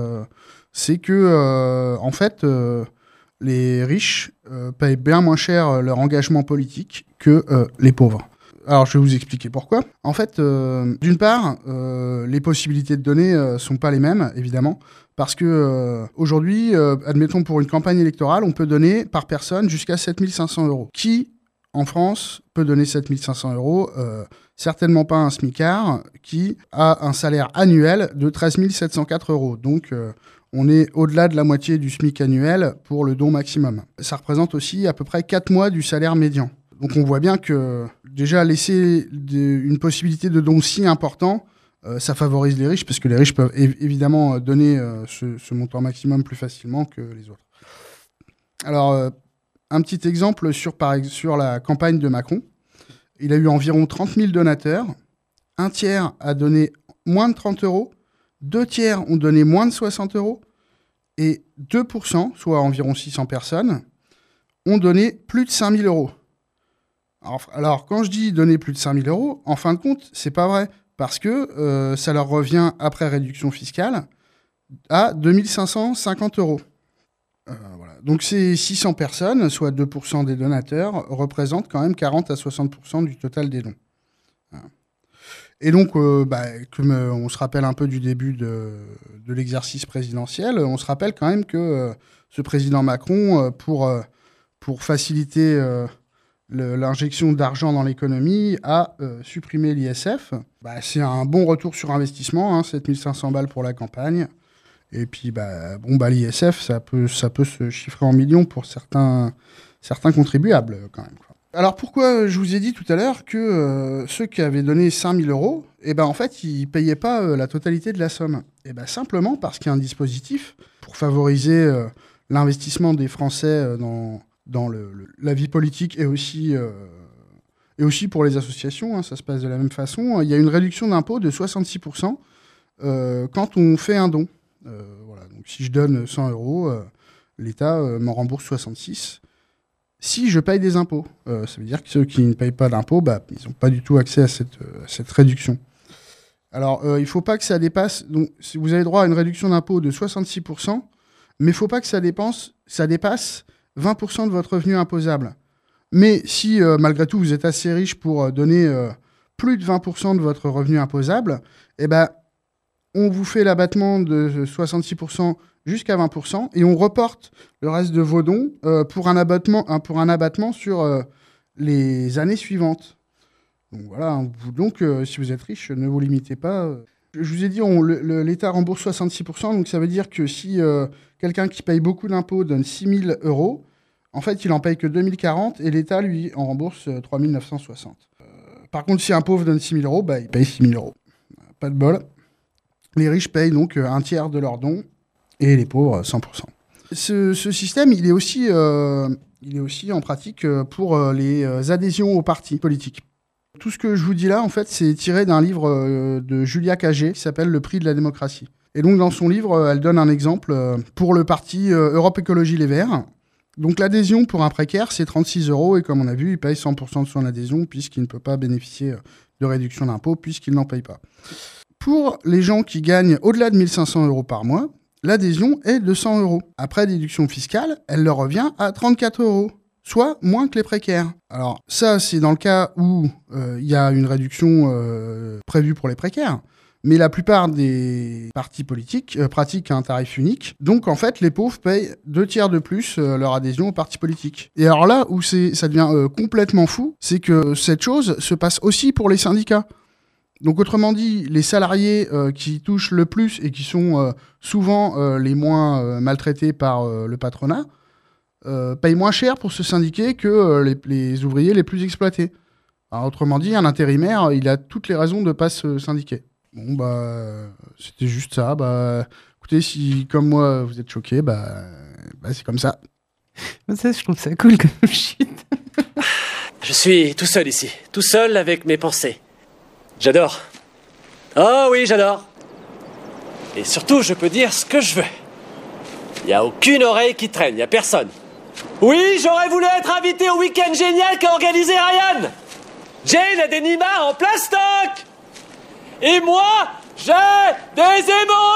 c'est que, en fait, les riches payent bien moins cher leur engagement politique que les pauvres. Alors, je vais vous expliquer pourquoi. En fait, d'une part, les possibilités de donner sont pas les mêmes, évidemment, parce que aujourd'hui, admettons pour une campagne électorale, on peut donner par personne jusqu'à 7 500 €. Qui, en France, peut donner 7 500 €? Certainement pas un smicard qui a un salaire annuel de 13 704 €. Donc, on est au-delà de la moitié du SMIC annuel pour le don maximum. Ça représente aussi à peu près 4 mois du salaire médian. Donc on voit bien que déjà laisser une possibilité de don si important, ça favorise les riches, parce que les riches peuvent évidemment donner ce montant maximum plus facilement que les autres. Alors, un petit exemple sur la campagne de Macron. Il a eu environ 30 000 donateurs. Un tiers a donné moins de 30 €, 2 tiers ont donné moins de 60 €, et 2%, soit environ 600 personnes, ont donné plus de 5 000 €. Alors, quand je dis donner plus de 5 000 €, en fin de compte, c'est pas vrai, parce que ça leur revient, après réduction fiscale, à 2 550 €. Voilà. Donc, ces 600 personnes, soit 2% des donateurs, représentent quand même 40 à 60% du total des dons. Voilà. Et donc, comme on se rappelle un peu du début de l'exercice présidentiel, on se rappelle quand même que ce président Macron, pour faciliter l'injection d'argent dans l'économie, a supprimé l'ISF. C'est un bon retour sur investissement, 7 500 balles pour la campagne. Et puis, l'ISF, ça peut se chiffrer en millions pour certains contribuables, quand même. Alors, pourquoi je vous ai dit tout à l'heure que ceux qui avaient donné 5 000 €, en fait, ils ne payaient pas la totalité de la somme? Simplement parce qu'il y a un dispositif pour favoriser l'investissement des Français dans la vie politique et aussi pour les associations, ça se passe de la même façon. Il y a une réduction d'impôt de 66% quand on fait un don. Voilà. Donc, si je donne 100 €, l'État m'en rembourse 66. Si je paye des impôts, ça veut dire que ceux qui ne payent pas d'impôts, ils n'ont pas du tout accès à cette réduction. Alors, il ne faut pas que ça dépasse... Donc, vous avez droit à une réduction d'impôt de 66%, mais il ne faut pas que ça dépasse 20% de votre revenu imposable. Mais si, malgré tout, vous êtes assez riche pour donner plus de 20% de votre revenu imposable, on vous fait l'abattement de 66% jusqu'à 20%, et on reporte le reste de vos dons pour un abattement sur les années suivantes. Donc voilà, si vous êtes riche, ne vous limitez pas. Je vous ai dit, l'État rembourse 66%, donc ça veut dire que si quelqu'un qui paye beaucoup d'impôts donne 6 000 €, en fait, il en paye que 2 040, et l'État, lui, en rembourse 3 960. Par contre, si un pauvre donne 6 000 €, il paye 6 000 €. Pas de bol. Les riches payent donc un tiers de leurs dons, et les pauvres 100%. Ce système, il est aussi en pratique pour les adhésions aux partis politiques. Tout ce que je vous dis là, en fait, c'est tiré d'un livre de Julia Cagé qui s'appelle « Le prix de la démocratie ». Et donc, dans son livre, elle donne un exemple pour le parti Europe Écologie Les Verts. Donc, l'adhésion pour un précaire, c'est 36 €, et comme on a vu, il paye 100% de son adhésion puisqu'il ne peut pas bénéficier de réduction d'impôt puisqu'il n'en paye pas. Pour les gens qui gagnent au-delà de 1 500 € par mois, l'adhésion est de 100 €. Après déduction fiscale, elle leur revient à 34 €, soit moins que les précaires. Alors ça, c'est dans le cas où il y a une réduction prévue pour les précaires. Mais la plupart des partis politiques pratiquent un tarif unique. Donc en fait, les pauvres payent 2 tiers de plus leur adhésion aux partis politiques. Et alors là où ça devient complètement fou, c'est que cette chose se passe aussi pour les syndicats. Donc autrement dit, les salariés qui touchent le plus et qui sont souvent les moins maltraités par le patronat payent moins cher pour se syndiquer que les ouvriers les plus exploités. Alors, autrement dit, un intérimaire, il a toutes les raisons de ne pas se syndiquer. Bon, c'était juste ça. Écoutez, si, comme moi, vous êtes choqués, c'est comme ça. Ça, je trouve ça cool comme shit. Je suis tout seul ici, tout seul avec mes pensées. J'adore. Oh oui, j'adore. Et surtout, je peux dire ce que je veux. Il n'y a aucune oreille qui traîne, il n'y a personne. Oui, j'aurais voulu être invité au week-end génial qu'a organisé Ariane. Jane a des nimas en plastoc. Et moi, j'ai des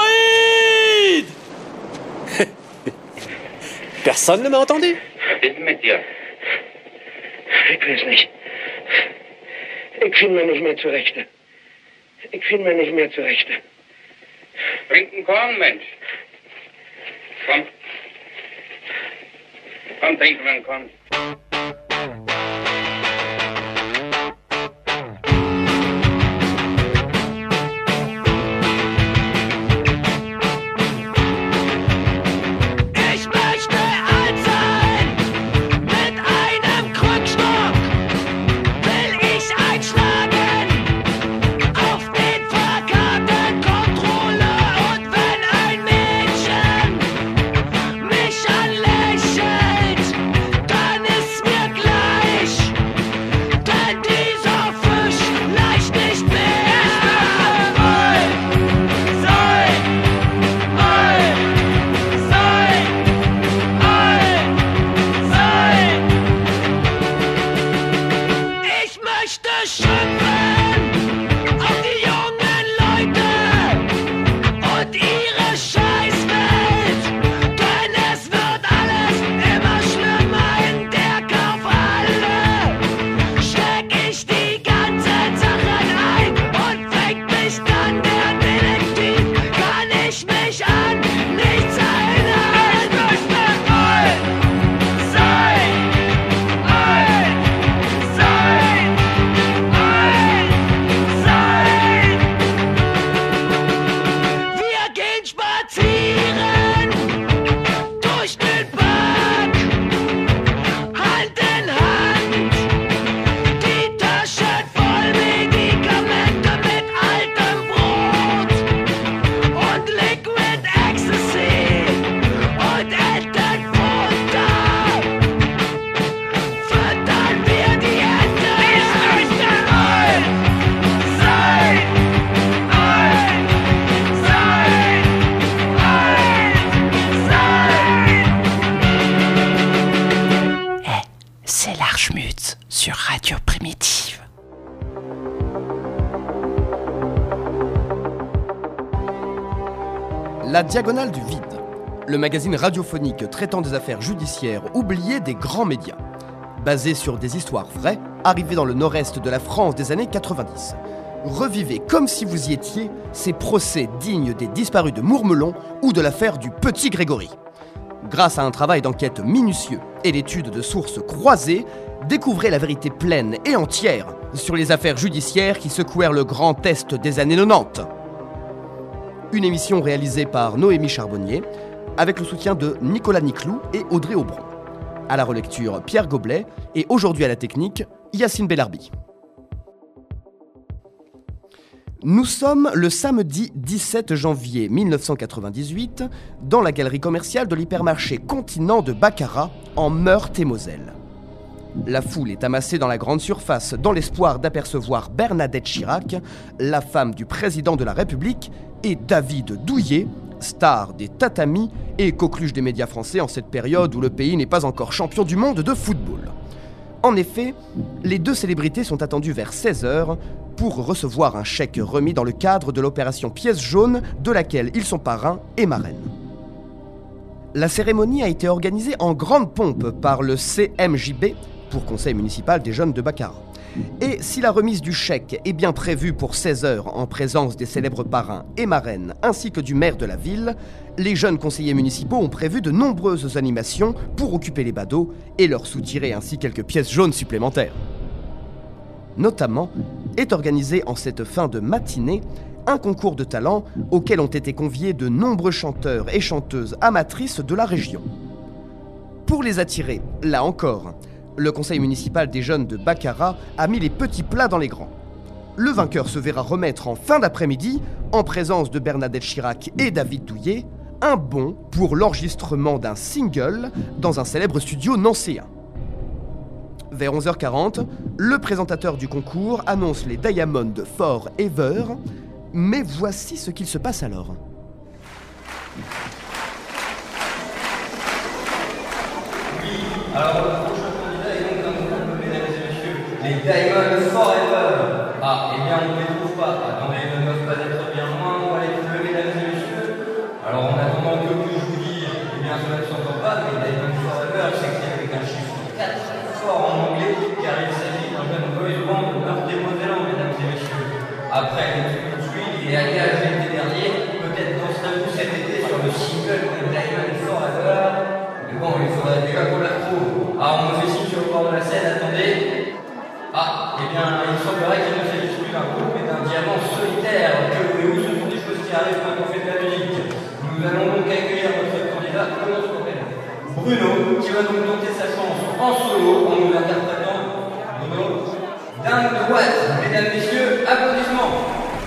hémorroïdes. Personne ne m'a entendu. Bitte mit dir. Ich weiß nicht. Ich finde mir nicht mehr zurecht. Ich finde mir nicht mehr zurecht. Trinken Korn, Mensch. Komm. Komm, trinken wir einen Korn. Sur Radio Primitive. La Diagonale du Vide, le magazine radiophonique traitant des affaires judiciaires oubliées des grands médias. Basé sur des histoires vraies, arrivées dans le nord-est de la France des années 90. Revivez comme si vous y étiez ces procès dignes des disparus de Mourmelon ou de l'affaire du Petit Grégory. Grâce à un travail d'enquête minutieux et l'étude de sources croisées, découvrez la vérité pleine et entière sur les affaires judiciaires qui secouèrent le Grand Est des années 90. Une émission réalisée par Noémie Charbonnier, avec le soutien de Nicolas Niclou et Audrey Aubron. À la relecture, Pierre Goblet, et aujourd'hui à la technique, Yacine Bellarbi. Nous sommes le samedi 17 janvier 1998 dans la galerie commerciale de l'hypermarché Continent de Baccarat en Meurthe-et-Moselle. La foule est amassée dans la grande surface dans l'espoir d'apercevoir Bernadette Chirac, la femme du président de la République, et David Douillet, star des tatamis et coqueluche des médias français en cette période où le pays n'est pas encore champion du monde de football. En effet, les deux célébrités sont attendues vers 16h pour recevoir un chèque remis dans le cadre de l'opération Pièce jaune de laquelle ils sont parrains et marraines. La cérémonie a été organisée en grande pompe par le CMJB, pour Conseil municipal des jeunes de Baccarat. Et si la remise du chèque est bien prévue pour 16h en présence des célèbres parrains et marraines ainsi que du maire de la ville, les jeunes conseillers municipaux ont prévu de nombreuses animations pour occuper les badauds et leur soutirer ainsi quelques pièces jaunes supplémentaires. Notamment, est organisé en cette fin de matinée un concours de talent auquel ont été conviés de nombreux chanteurs et chanteuses amatrices de la région. Pour les attirer, là encore, Le conseil municipal des jeunes de Baccarat a mis les petits plats dans les grands. Le vainqueur se verra remettre en fin d'après-midi, en présence de Bernadette Chirac et David Douillet, un bon pour l'enregistrement d'un single dans un célèbre studio nancéen. Vers 11h40, le présentateur du concours annonce les Diamonds Forever, mais voici ce qu'il se passe alors. Alors, le prochain candidat est donc un groupe, mesdames et messieurs, les Diamonds Forever. Ah, eh bien, on ne les trouve pas. Attendez, ils ne doivent pas être bien loin. On va les trouver, mesdames et messieurs. Alors, en attendant que je vous dise, eh bien, cela ne s'entend pas, mais Diamonds Forever, c'est écrit avec un chiffre 4 fort en anglais, car il s'agit d'un jeune boys band nord-démosellan, mesdames et messieurs. Après les tout de suite, il est allé à l'été dernier, peut-être danserez-vous cet été sur le single de Diamonds Forever. Mais bon, il faudrait déjà qu'on la retrouve. Ah, on me fait signe sur le bord de la scène, attendez. Ah, eh bien, il semblerait qu'il ne s'agisse plus d'un groupe, mais d'un diamant solitaire. Que voulez-vous, ce sont des choses qui arrivent quand on fait de la musique. Nous allons donc accueillir notre candidat, comment se s'appelle Bruno, qui va donc tenter sa chance en solo, en nous interprétant Bruno, Dingue de Watt. Mesdames, messieurs, applaudissements.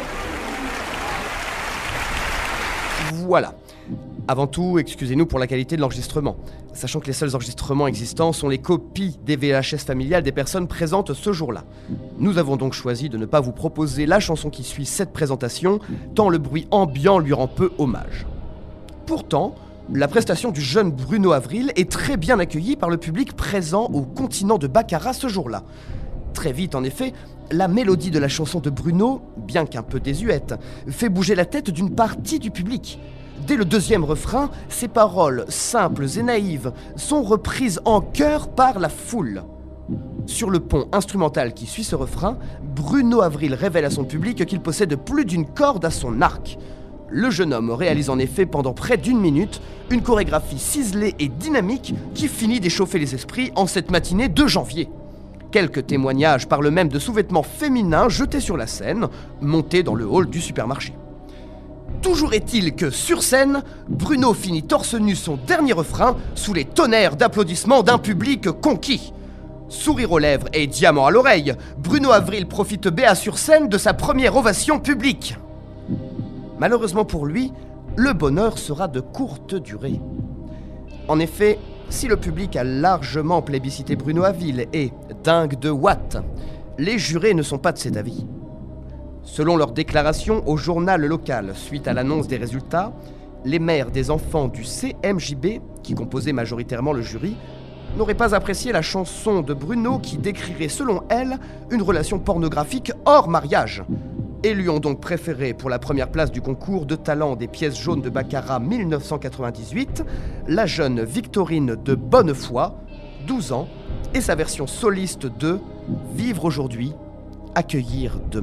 Voilà. Avant tout, excusez-nous pour la qualité de l'enregistrement, sachant que les seuls enregistrements existants sont les copies des VHS familiales des personnes présentes ce jour-là. Nous avons donc choisi de ne pas vous proposer la chanson qui suit cette présentation, tant le bruit ambiant lui rend peu hommage. Pourtant, la prestation du jeune Bruno Avril est très bien accueillie par le public présent au continent de Baccarat ce jour-là. Très vite, en effet, la mélodie de la chanson de Bruno, bien qu'un peu désuète, fait bouger la tête d'une partie du public. Dès le deuxième refrain, ces paroles simples et naïves sont reprises en chœur par la foule. Sur le pont instrumental qui suit ce refrain, Bruno Avril révèle à son public qu'il possède plus d'une corde à son arc. Le jeune homme réalise en effet pendant près d'1 minute une chorégraphie ciselée et dynamique qui finit d'échauffer les esprits en cette matinée de janvier. Quelques témoignages parlent même de sous-vêtements féminins jetés sur la scène, montés dans le hall du supermarché. Toujours est-il que, sur scène, Bruno finit torse nu son dernier refrain sous les tonnerres d'applaudissements d'un public conquis. Sourire aux lèvres et diamant à l'oreille, Bruno Avril profite béat sur scène de sa première ovation publique. Malheureusement pour lui, le bonheur sera de courte durée. En effet, si le public a largement plébiscité Bruno Avril et Dingue de Watt, les jurés ne sont pas de cet avis. Selon leur déclaration au journal local suite à l'annonce des résultats, les mères des enfants du CMJB, qui composaient majoritairement le jury, n'auraient pas apprécié la chanson de Bruno qui décrirait selon elles une relation pornographique hors mariage, et lui ont donc préféré pour la première place du concours de talent des pièces jaunes de Baccarat 1998, la jeune Victorine de Bonnefoy, 12 ans, et sa version soliste de « Vivre aujourd'hui, accueillir demain ».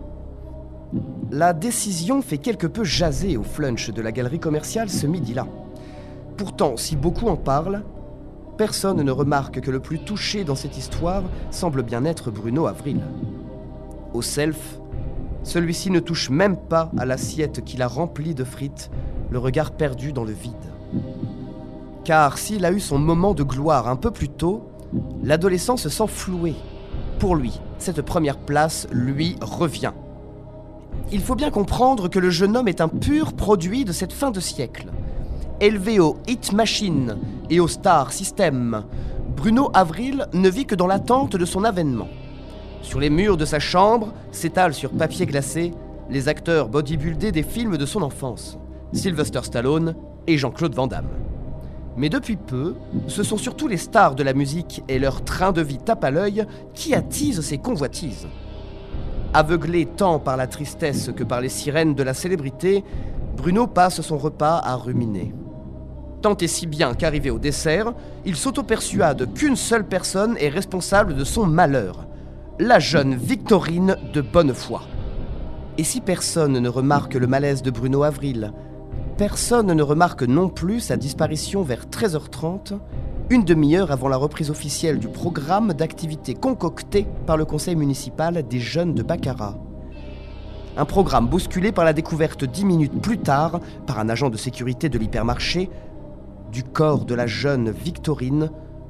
La décision fait quelque peu jaser au flunch de la galerie commerciale ce midi-là. Pourtant, si beaucoup en parlent, personne ne remarque que le plus touché dans cette histoire semble bien être Bruno Avril. Au self, celui-ci ne touche même pas à l'assiette qu'il a remplie de frites, le regard perdu dans le vide. Car s'il a eu son moment de gloire un peu plus tôt, l'adolescent se sent floué. Pour lui, cette première place lui revient. Il faut bien comprendre que le jeune homme est un pur produit de cette fin de siècle. Élevé au Hit Machine et au Star System, Bruno Avril ne vit que dans l'attente de son avènement. Sur les murs de sa chambre s'étalent sur papier glacé les acteurs bodybuildés des films de son enfance, Sylvester Stallone et Jean-Claude Van Damme. Mais depuis peu, ce sont surtout les stars de la musique et leur train de vie tape à l'œil qui attisent ses convoitises. Aveuglé tant par la tristesse que par les sirènes de la célébrité, Bruno passe son repas à ruminer. Tant et si bien qu'arrivé au dessert, il s'auto-persuade qu'une seule personne est responsable de son malheur, la jeune Victorine de Bonnefoy. Et si personne ne remarque le malaise de Bruno Avril, personne ne remarque non plus sa disparition vers 13h30, une demi-heure avant la reprise officielle du programme d'activités concocté par le conseil municipal des jeunes de Baccarat. Un programme bousculé par la découverte 10 minutes plus tard, par un agent de sécurité de l'hypermarché, du corps de la jeune Victorine,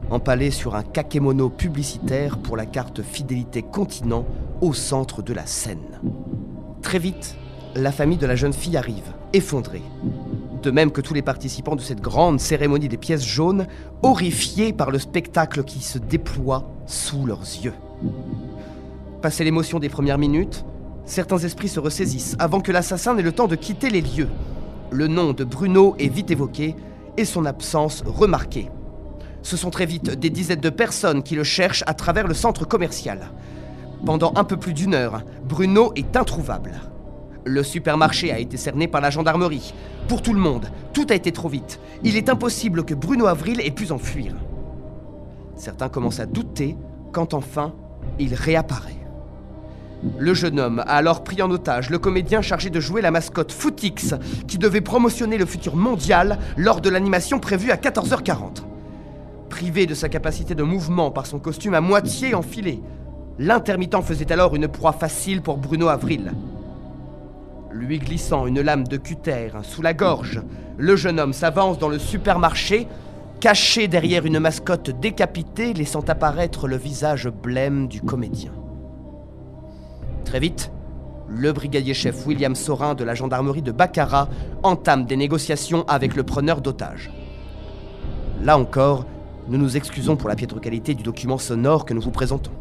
empalé sur un kakémono publicitaire pour la carte fidélité continent au centre de la scène. Très vite, la famille de la jeune fille arrive, effondrée. De même que tous les participants de cette grande cérémonie des pièces jaunes, horrifiés par le spectacle qui se déploie sous leurs yeux. Passé l'émotion des premières minutes, certains esprits se ressaisissent avant que l'assassin n'ait le temps de quitter les lieux. Le nom de Bruno est vite évoqué et son absence remarquée. Ce sont très vite des dizaines de personnes qui le cherchent à travers le centre commercial. Pendant un peu plus d'1 heure, Bruno est introuvable. Le supermarché a été cerné par la gendarmerie. Pour tout le monde, tout a été trop vite. Il est impossible que Bruno Avril ait pu s'enfuir. Certains commencent à douter quand enfin, il réapparaît. Le jeune homme a alors pris en otage le comédien chargé de jouer la mascotte Footix, qui devait promotionner le futur mondial lors de l'animation prévue à 14h40. Privé de sa capacité de mouvement par son costume à moitié enfilé, l'intermittent faisait alors une proie facile pour Bruno Avril. Lui glissant une lame de cutter sous la gorge, le jeune homme s'avance dans le supermarché, caché derrière une mascotte décapitée, laissant apparaître le visage blême du comédien. Très vite, le brigadier-chef William Saurin de la gendarmerie de Baccarat entame des négociations avec le preneur d'otages. Là encore, nous nous excusons pour la piètre qualité du document sonore que nous vous présentons.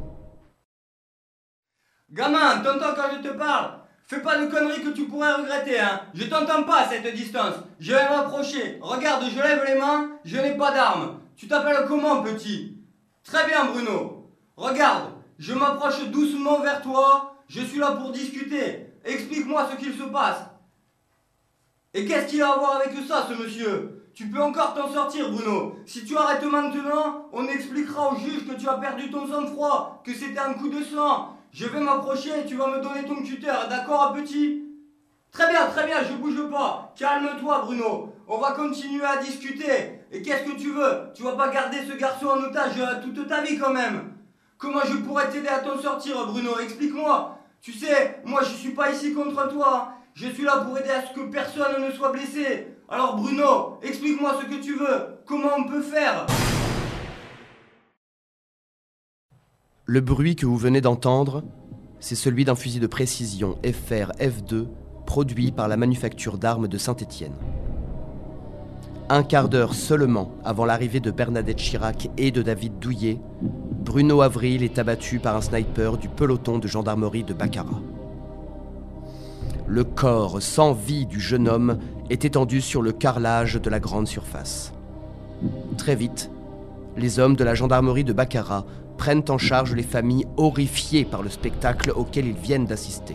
Gamin, t'entends quand je te parle? Fais pas de conneries que tu pourrais regretter, hein. Je t'entends pas à cette distance. Je vais m'approcher. Regarde, je lève les mains, je n'ai pas d'arme. Tu t'appelles comment, petit? Très bien, Bruno. Regarde, je m'approche doucement vers toi. Je suis là pour discuter. Explique-moi ce qu'il se passe. Et qu'est-ce qu'il a à voir avec ça, ce monsieur? Tu peux encore t'en sortir, Bruno. Si tu arrêtes maintenant, on expliquera au juge que tu as perdu ton sang-froid, que c'était un coup de sang. Je vais m'approcher et tu vas me donner ton cutter, d'accord, petit? Très bien, je bouge pas. Calme-toi, Bruno. On va continuer à discuter. Et qu'est-ce que tu veux? Tu vas pas garder ce garçon en otage toute ta vie, quand même. Comment je pourrais t'aider à t'en sortir, Bruno? Explique-moi. Tu sais, moi je suis pas ici contre toi. Je suis là pour aider à ce que personne ne soit blessé. Alors, Bruno, explique-moi ce que tu veux. Comment on peut faire? Le bruit que vous venez d'entendre, c'est celui d'un fusil de précision FR F2 produit par la manufacture d'armes de Saint-Étienne. Un quart d'heure seulement avant l'arrivée de Bernadette Chirac et de David Douillet, Bruno Avril est abattu par un sniper du peloton de gendarmerie de Baccarat. Le corps sans vie du jeune homme est étendu sur le carrelage de la grande surface. Très vite, les hommes de la gendarmerie de Baccarat prennent en charge les familles horrifiées par le spectacle auquel ils viennent d'assister.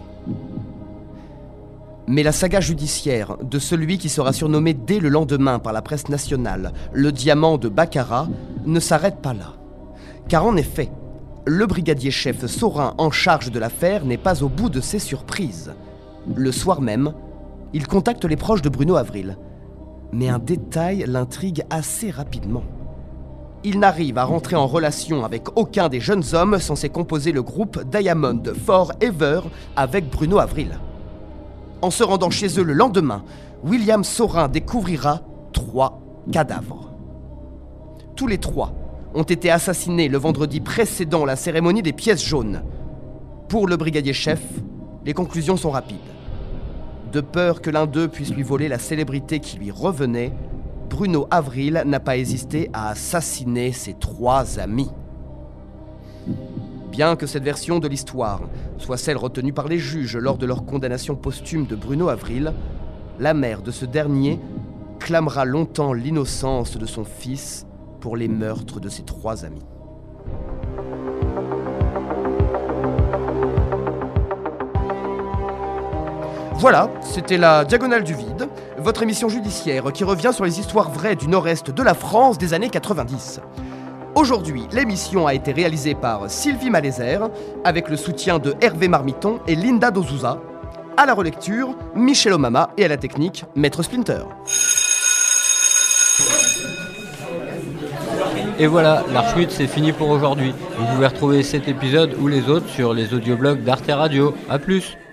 Mais la saga judiciaire de celui qui sera surnommé dès le lendemain par la presse nationale le diamant de Baccarat ne s'arrête pas là. Car en effet, le brigadier-chef Saurin en charge de l'affaire n'est pas au bout de ses surprises. Le soir même, il contacte les proches de Bruno Avril. Mais un détail l'intrigue assez rapidement. Il n'arrive à rentrer en relation avec aucun des jeunes hommes censés composer le groupe Diamond Forever avec Bruno Avril. En se rendant chez eux le lendemain, William Saurin découvrira 3 cadavres. Tous les 3 ont été assassinés le vendredi précédant la cérémonie des pièces jaunes. Pour le brigadier-chef, les conclusions sont rapides. De peur que l'un d'eux puisse lui voler la célébrité qui lui revenait, Bruno Avril n'a pas hésité à assassiner ses 3 amis. Bien que cette version de l'histoire soit celle retenue par les juges lors de leur condamnation posthume de Bruno Avril, la mère de ce dernier clamera longtemps l'innocence de son fils pour les meurtres de ses 3 amis. Voilà, c'était la Diagonale du Vide, votre émission judiciaire qui revient sur les histoires vraies du nord-est de la France des années 90. Aujourd'hui, l'émission a été réalisée par Sylvie Malézère, avec le soutien de Hervé Marmiton et Linda Dozouza. À la relecture, Michel Omama et à la technique, Maître Splinter. Et voilà, l'Archmute, c'est fini pour aujourd'hui. Vous pouvez retrouver cet épisode ou les autres sur les audioblogs d'Arte Radio. A plus!